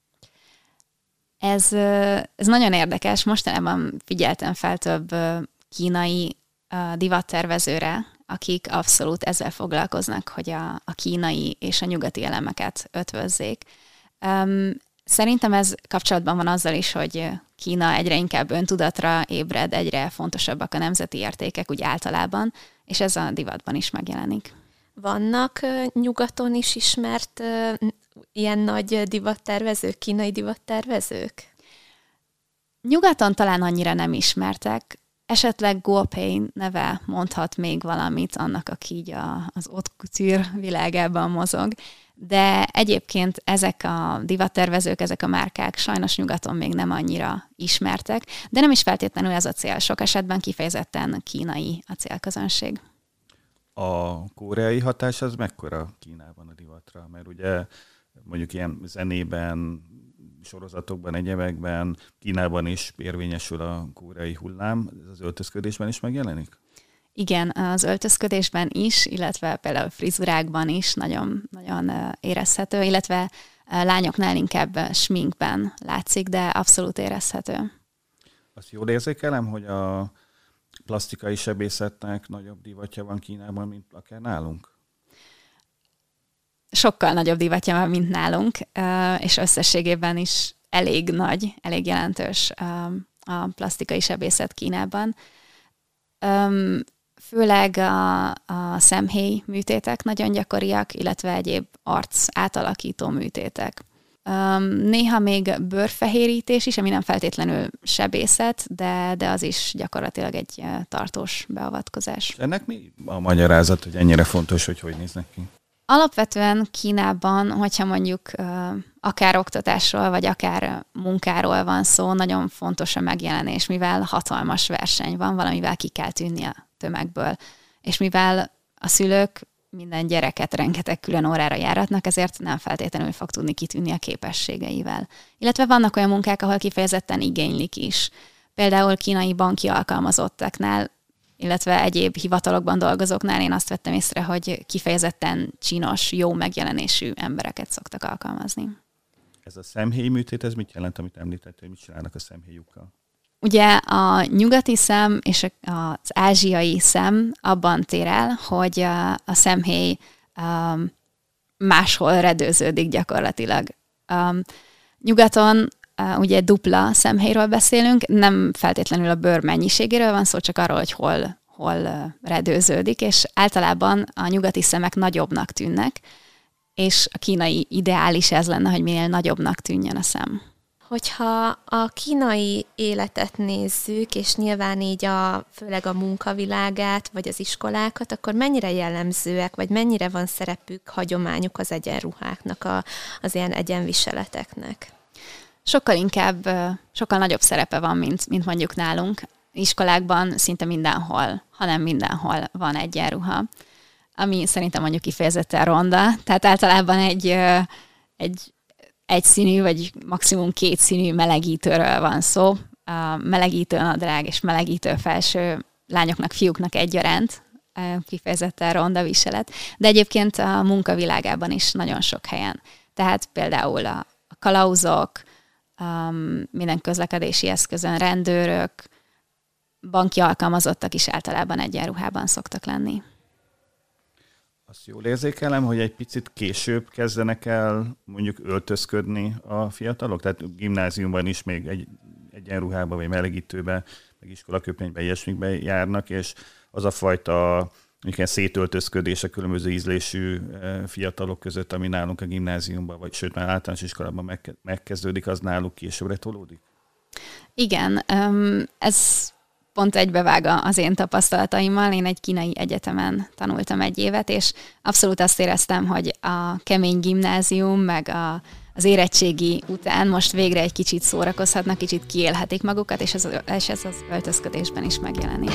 Ez, ez nagyon érdekes. Mostanában figyeltem fel több kínai divattervezőre, akik abszolút ezzel foglalkoznak, hogy a, a kínai és a nyugati elemeket ötvözzék. Szerintem ez kapcsolatban van azzal is, hogy Kína egyre inkább öntudatra ébred, egyre fontosabbak a nemzeti értékek úgy általában, és ez a divatban is megjelenik. Vannak nyugaton is ismert ilyen nagy divattervezők, kínai divattervezők? Nyugaton talán annyira nem ismertek. Esetleg Guo Pei neve mondhat még valamit annak, aki így a, az haute couture világában mozog. De egyébként ezek a divattervezők, ezek a márkák sajnos nyugaton még nem annyira ismertek, de nem is feltétlenül ez a cél. Sok esetben kifejezetten kínai a célközönség. A koreai hatás az mekkora Kínában a divatra? Mert ugye mondjuk ilyen zenében, sorozatokban, egyebekben, Kínában is érvényesül a koreai hullám, ez az öltözködésben is megjelenik? Igen, az öltözködésben is, illetve például frizurákban is nagyon, nagyon érezhető, illetve lányoknál inkább sminkben látszik, de abszolút érezhető. Azt jól érzékelem, hogy a plastikai sebészetnek nagyobb divatja van Kínában, mint akár nálunk? Sokkal nagyobb divatja van, mint nálunk, és összességében is elég nagy, elég jelentős a plastikai sebészet Kínában. Főleg a, a szemhéj műtétek nagyon gyakoriak, illetve egyéb arc átalakító műtétek. Néha még bőrfehérítés is, ami nem feltétlenül sebészet, de, de az is gyakorlatilag egy tartós beavatkozás. Ennek mi a magyarázat, hogy ennyire fontos, hogy hogy néznek ki? Alapvetően Kínában, hogyha mondjuk akár oktatásról, vagy akár munkáról van szó, nagyon fontos a megjelenés, mivel hatalmas verseny van, valamivel ki kell tűnni a tömegből. És mivel a szülők minden gyereket rengeteg külön órára járatnak, ezért nem feltétlenül fog tudni kitűnni a képességeivel. Illetve vannak olyan munkák, ahol kifejezetten igénylik is. Például kínai banki alkalmazottaknál, illetve egyéb hivatalokban dolgozóknál én azt vettem észre, hogy kifejezetten csinos, jó megjelenésű embereket szoktak alkalmazni. Ez a szemhéj műtét, ez mit jelent, amit említett, hogy mit csinálnak a szemhéjukkal? Ugye a nyugati szem és az ázsiai szem abban tér el, hogy a szemhéj máshol redőződik gyakorlatilag. Nyugaton ugye dupla szemhéjról beszélünk, nem feltétlenül a bőr mennyiségéről van szó, csak arról, hogy hol, hol redőződik, és általában a nyugati szemek nagyobbnak tűnnek, és a kínai ideális ez lenne, hogy minél nagyobbnak tűnjön a szem. Hogyha a kínai életet nézzük, és nyilván így a, főleg a munkavilágát, vagy az iskolákat, akkor mennyire jellemzőek, vagy mennyire van szerepük, hagyományuk az egyenruháknak, a, az ilyen egyenviseleteknek? Sokkal inkább, sokkal nagyobb szerepe van, mint, mint mondjuk nálunk. Iskolákban szinte mindenhol, hanem mindenhol van egyenruha, ami szerintem mondjuk kifejezetten ronda. Tehát általában egy, egy egyszínű, vagy maximum kétszínű melegítőről van szó. A melegítő nadrág és melegítő felső lányoknak, fiúknak egyaránt kifejezetten ronda viselet. De egyébként a munkavilágában is nagyon sok helyen. Tehát például a, a kalauzok, Um, minden közlekedési eszközön, rendőrök, banki alkalmazottak is általában egyenruhában szoktak lenni. Azt jól érzékelem, hogy egy picit később kezdenek el mondjuk öltözködni a fiatalok? Tehát gimnáziumban is még egy egyenruhába, vagy melegítőbe, meg iskolaköpenybe, ilyesmikbe járnak, és az a fajta ilyen szétöltözködés a különböző ízlésű fiatalok között, ami nálunk a gimnáziumban, vagy sőt már általános iskolában megkezdődik, az náluk későbbre tolódik? Igen, ez pont egybevág az én tapasztalataimmal. Én egy kínai egyetemen tanultam egy évet, és abszolút azt éreztem, hogy a kemény gimnázium, meg a, az érettségi után most végre egy kicsit szórakozhatnak, kicsit kiélhetik magukat, és ez, és ez az öltözködésben is megjelenik.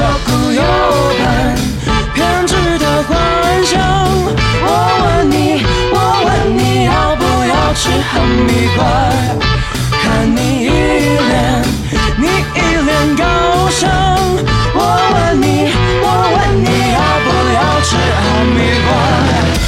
你吃哈密瓜，看你一脸你一脸高尚，我问你我问你要不要吃哈密瓜。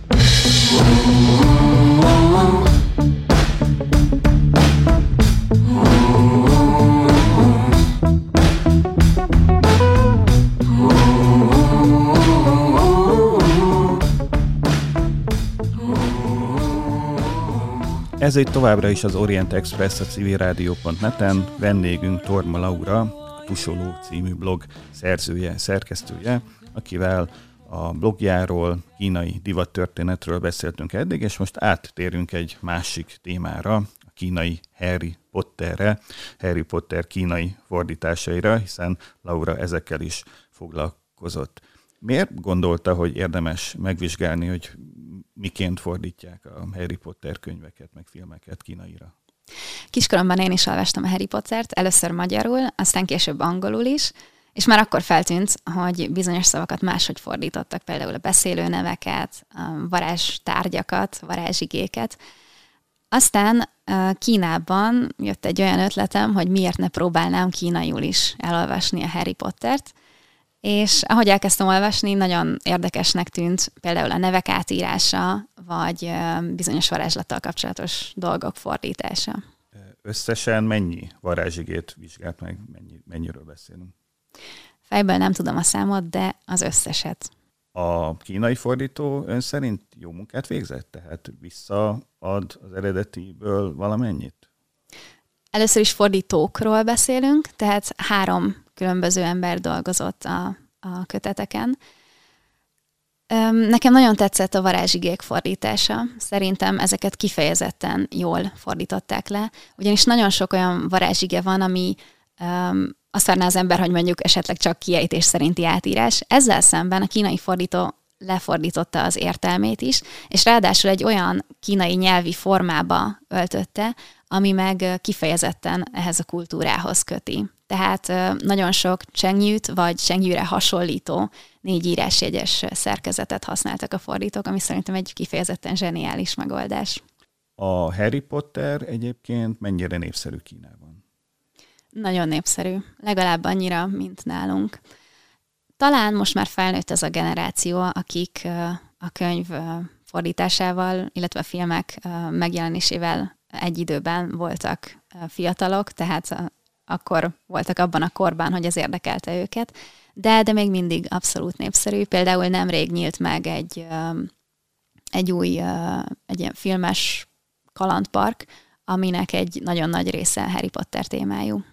Ez itt továbbra is az Orient Express a civil rádió pont net-en. Vendégünk Torma Laura, a Tusoló című blog szerzője, szerkesztője, akivel a blogjáról, kínai divattörténetről beszéltünk eddig, és most áttérünk egy másik témára, a kínai Harry Potterre, Harry Potter kínai fordításaira, hiszen Laura ezekkel is foglalkozott. Miért gondolta, hogy érdemes megvizsgálni, hogy miként fordítják a Harry Potter könyveket, meg filmeket kínaira? Kiskoromban én is olvastam a Harry Pottert, először magyarul, aztán később angolul is, és már akkor feltűnt, hogy bizonyos szavakat máshogy fordítottak, például a beszélő neveket, a varázstárgyakat, varázsigéket. Aztán Kínában jött egy olyan ötletem, hogy miért ne próbálnám kínaiul is elolvasni a Harry Pottert, és ahogy elkezdtem olvasni, nagyon érdekesnek tűnt például a nevek átírása, vagy bizonyos varázslattal kapcsolatos dolgok fordítása. Összesen mennyi varázsigét vizsgált meg, mennyi, mennyiről beszélünk? Fejből nem tudom a számot, de az összeset. A kínai fordító ön szerint jó munkát végzett? Tehát visszaad az eredetiből valamennyit? Először is fordítókról beszélünk, tehát három különböző ember dolgozott a, a köteteken. Nekem nagyon tetszett a varázsigék fordítása. Szerintem ezeket kifejezetten jól fordították le, ugyanis nagyon sok olyan varázsige van, ami um, azt várná az ember, hogy mondjuk esetleg csak kiejtés szerinti átírás. Ezzel szemben a kínai fordító lefordította az értelmét is, és ráadásul egy olyan kínai nyelvi formába öltötte, ami meg kifejezetten ehhez a kultúrához köti. Tehát nagyon sok csengyűt, vagy csengyűre hasonlító négy írásjegyes szerkezetet használtak a fordítók, ami szerintem egy kifejezetten zseniális megoldás. A Harry Potter egyébként mennyire népszerű Kínában? Nagyon népszerű, legalább annyira, mint nálunk. Talán most már felnőtt az a generáció, akik a könyv fordításával, illetve a filmek megjelenésével egy időben voltak fiatalok, tehát akkor voltak abban a korban, hogy ez érdekelte őket, de, de még mindig abszolút népszerű. Például nemrég nyílt meg egy, egy új, egy ilyen filmes kalandpark, aminek egy nagyon nagy része Harry Potter témájú.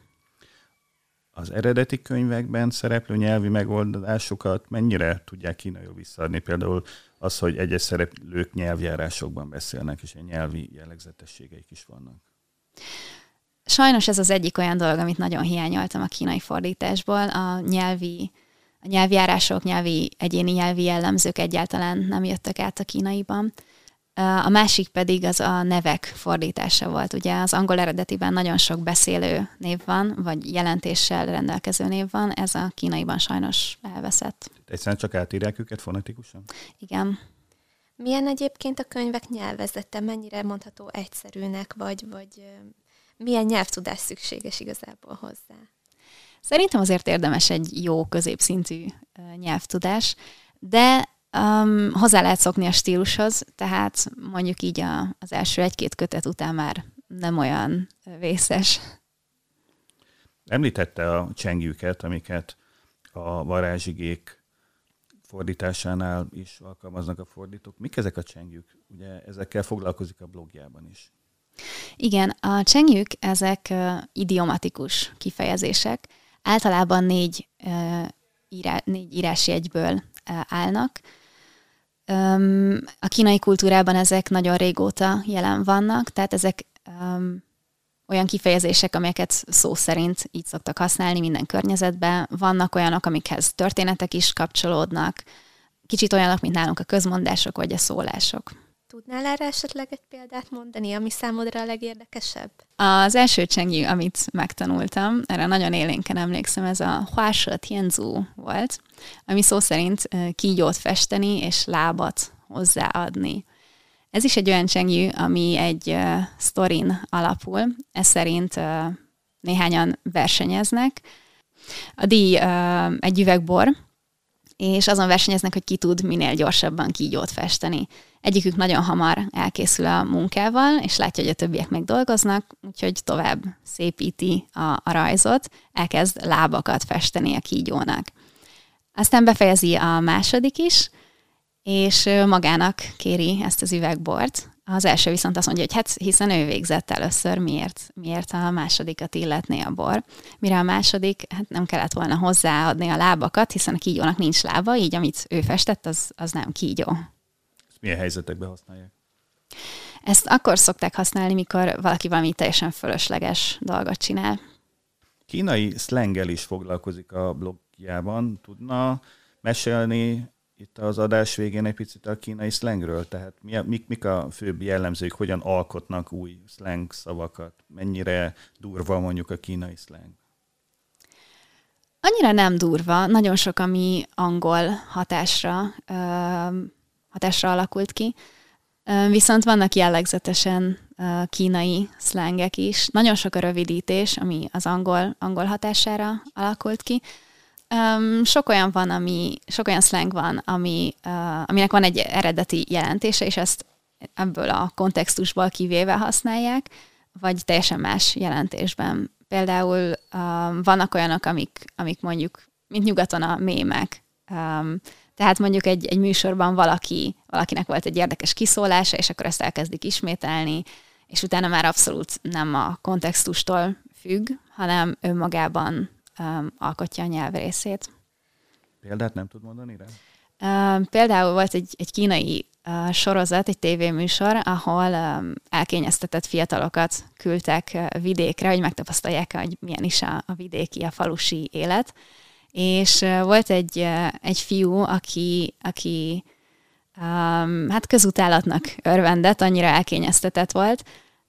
Az eredeti könyvekben szereplő nyelvi megoldásokat mennyire tudják kínaiul visszaadni? Például az, hogy egyes szereplők nyelvjárásokban beszélnek, és egy nyelvi jellegzetességeik is vannak. Sajnos ez az egyik olyan dolog, amit nagyon hiányoltam a kínai fordításból. A nyelvi, a nyelvjárások, nyelvi, egyéni nyelvi jellemzők egyáltalán nem jöttek át a kínaiban. A másik pedig az a nevek fordítása volt. Ugye az angol eredetiben nagyon sok beszélő név van, vagy jelentéssel rendelkező név van, ez a kínaiban sajnos elveszett. Egyszerűen csak átírják őket fonetikusan? Igen. Milyen egyébként a könyvek nyelvezete? Mennyire mondható egyszerűnek, vagy, vagy milyen nyelvtudás szükséges igazából hozzá? Szerintem azért érdemes egy jó középszintű nyelvtudás, de Um, hozzá lehet szokni a stílushoz, tehát mondjuk így a, az első egy-két kötet után már nem olyan vészes. Említette a csengyűket, amiket a varázsigék fordításánál is alkalmaznak a fordítók. Mik ezek a csengyűk? Ugye ezekkel foglalkozik a blogjában is. Igen, a csengyűk ezek uh, idiomatikus kifejezések. Általában négy, uh, írá, négy írásjegyből uh, állnak. Um, a kínai kultúrában ezek nagyon régóta jelen vannak, tehát ezek um, olyan kifejezések, amelyeket szó szerint így szoktak használni minden környezetben. Vannak olyanok, amikhez történetek is kapcsolódnak, kicsit olyanok, mint nálunk a közmondások vagy a szólások. Tudnál erre esetleg egy példát mondani, ami számodra a legérdekesebb? Az első csengyű, amit megtanultam, erre nagyon élénken emlékszem, ez a Hua She Tianzu volt, ami szó szerint kígyót festeni és lábat hozzáadni. Ez is egy olyan csengő, ami egy uh, sztorin alapul. Ez szerint uh, néhányan versenyeznek. A díj uh, egy üveg bor, és azon versenyeznek, hogy ki tud minél gyorsabban kígyót festeni. Egyikük nagyon hamar elkészül a munkával, és látja, hogy a többiek még dolgoznak, úgyhogy tovább szépíti a, a rajzot, elkezd lábakat festeni a kígyónak. Aztán befejezi a második is, és magának kéri ezt az üvegbort. Az első viszont azt mondja, hogy hát hiszen ő végzett először, miért, miért a másodikat illetné a bor. Mire a második, hát nem kellett volna hozzáadni a lábakat, hiszen a kígyónak nincs lába, így amit ő festett, az, az nem kígyó. Ezt milyen helyzetekben használják? Ezt akkor szokták használni, mikor valaki valami teljesen fölösleges dolgot csinál. Kínai szlenggel is foglalkozik a blogjában. Tudna mesélni itt az adás végén egy picit a kínai szlengről? Tehát mik, mik a főbb jellemzők, hogyan alkotnak új szleng szavakat? Mennyire durva mondjuk a kínai szleng? Annyira nem durva. Nagyon sok, ami angol hatásra, ö, hatásra alakult ki. Ö, viszont vannak jellegzetesen ö, kínai szlengek is. Nagyon sok a rövidítés, ami az angol, angol hatására alakult ki. Um, sok olyan van, ami, sok olyan slang van, ami, uh, aminek van egy eredeti jelentése, és ezt ebből a kontextusból kivéve használják, vagy teljesen más jelentésben. Például um, vannak olyanok, amik, amik mondjuk, mint nyugaton a mémek. Um, tehát mondjuk egy, egy műsorban valaki, valakinek volt egy érdekes kiszólása, és akkor ezt elkezdik ismételni, és utána már abszolút nem a kontextustól függ, hanem önmagában Um, alkotja a nyelvrészét. Példát nem tud mondani rá? Um, például volt egy, egy kínai uh, sorozat, egy tévéműsor, ahol um, elkényeztetett fiatalokat küldtek uh, vidékre, hogy megtapasztalják, hogy milyen is a, a vidéki, a falusi élet. És uh, volt egy, uh, egy fiú, aki, aki um, hát közutálatnak örvendett, annyira elkényeztetett volt,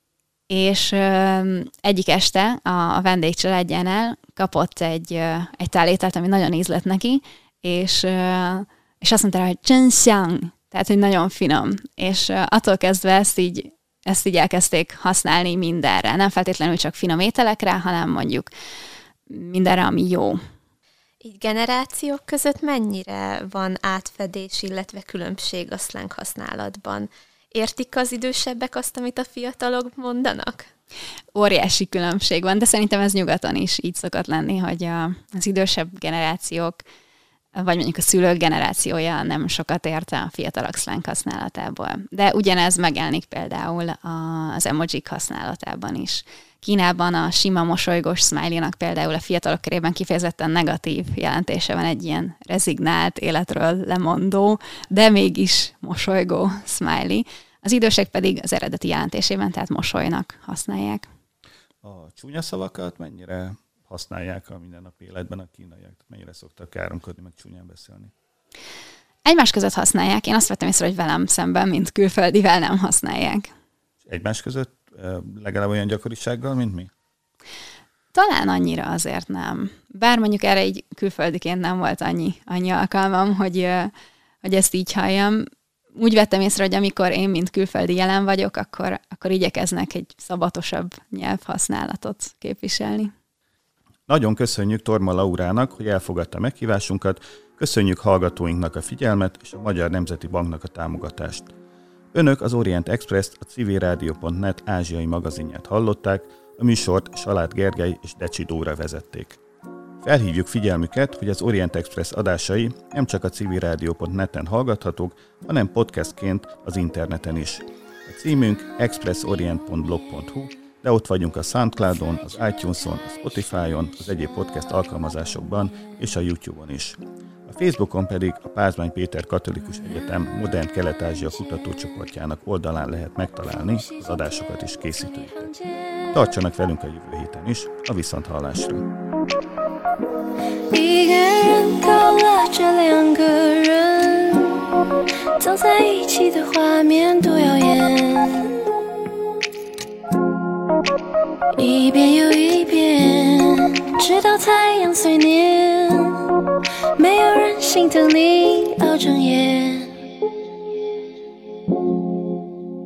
és ö, egyik este a, a vendégcsaládjánál kapott egy, ö, egy tálételt, ami nagyon ízlett neki, és, ö, és azt mondta rá, hogy zhenxiang, tehát, hogy nagyon finom. És ö, attól kezdve ezt így, ezt így elkezdték használni mindenre. Nem feltétlenül csak finom ételekre, hanem mondjuk mindenre, ami jó. Így generációk között mennyire van átfedés, illetve különbség a slang használatban? Értik az idősebbek azt, amit a fiatalok mondanak? Óriási különbség van, de szerintem ez nyugaton is így szokott lenni, hogy a, az idősebb generációk, vagy mondjuk a szülők generációja nem sokat ért a fiatalok slang használatából. De ugyanez megjelenik például az emojik használatában is. Kínában a sima mosolygós smiley-nak például a fiatalok körében kifejezetten negatív jelentése van, egy ilyen rezignált, életről lemondó, de mégis mosolygó smiley. Az idősek pedig az eredeti jelentésében, tehát mosolynak használják. A csúnya szavakat mennyire használják a mindennapi életben a kínaiak? Mennyire szoktak káromkodni, meg csúnyán beszélni? Egymás között használják. Én azt vettem észre, hogy velem szemben, mint külföldivel nem használják. Egymás között legalább olyan gyakorisággal, mint mi? Talán annyira azért nem. Bár mondjuk erre egy külföldiként nem volt annyi, annyi alkalmam, hogy, hogy ezt így halljam. Úgy vettem észre, hogy amikor én, mint külföldi jelen vagyok, akkor, akkor igyekeznek egy szabatosabb nyelvhasználatot képviselni. Nagyon köszönjük Torma Laurának, hogy elfogadta meghívásunkat, köszönjük hallgatóinknak a figyelmet és a Magyar Nemzeti Banknak a támogatást. Önök az Orient Express-t, a civilrádió pont net ázsiai magazinját hallották, a műsort Salád Gergely és Decsi Dóra vezették. Felhívjuk figyelmüket, hogy az Orient Express adásai nem csak a civilrádió pont net-en hallgathatók, hanem podcastként az interneten is. A címünk expressorient pont blog pont hu, de ott vagyunk a Soundcloudon, az iTunes-on, a Spotify-on, az egyéb podcast alkalmazásokban és a YouTube-on is. A Facebookon pedig a Pázmány Péter Katolikus Egyetem Modern Kelet-Ázsia kutatócsoportjának oldalán lehet megtalálni az adásokat és készítőiket. Tartsanak velünk a jövő héten is, a viszonthallásra! 一个人勾勒着两个人走在一起的画面多耀眼，一遍又一遍，直到太阳碎年，没有人心疼你熬整夜。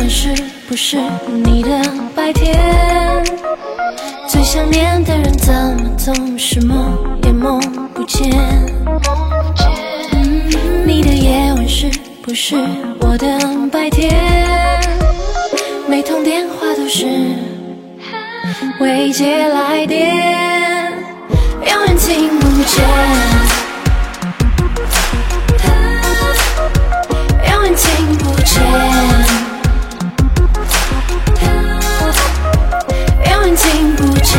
晚是不是你的白天？最想念的人怎么总是梦也梦不见？嗯，你的夜晚是不是我的白天？每通电话都是未接来电，永远听不见，永远听不见，永远听不见，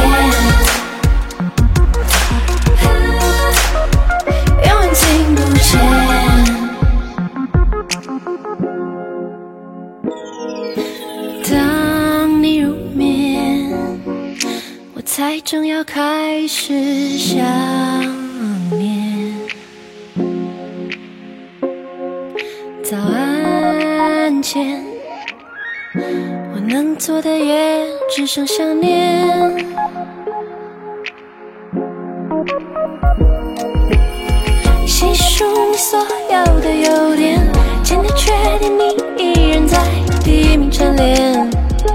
永远听不见。当你入眠，我才正要开始想念。早安前，我能做的也只剩想念。细数你所有的优点，渐渐确定你依然在第一名蝉联。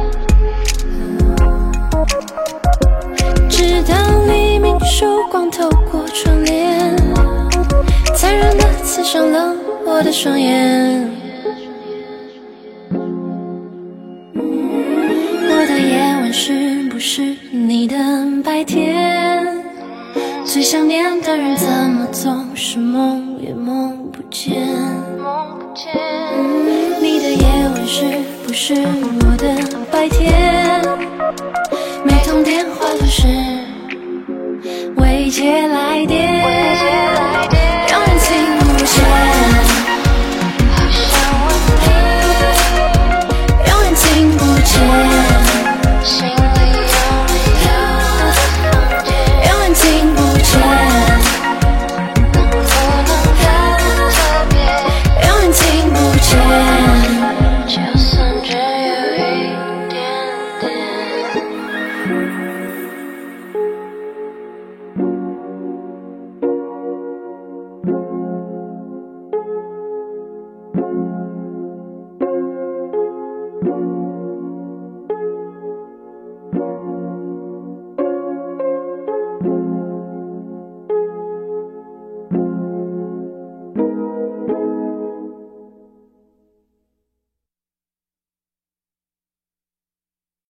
直到黎明曙光透过窗帘，残忍地刺伤了我的双眼。我的夜晚是不是你的白天？最想念的人怎么总是梦也梦不见？你的夜晚是不是我的白天？每通电话都是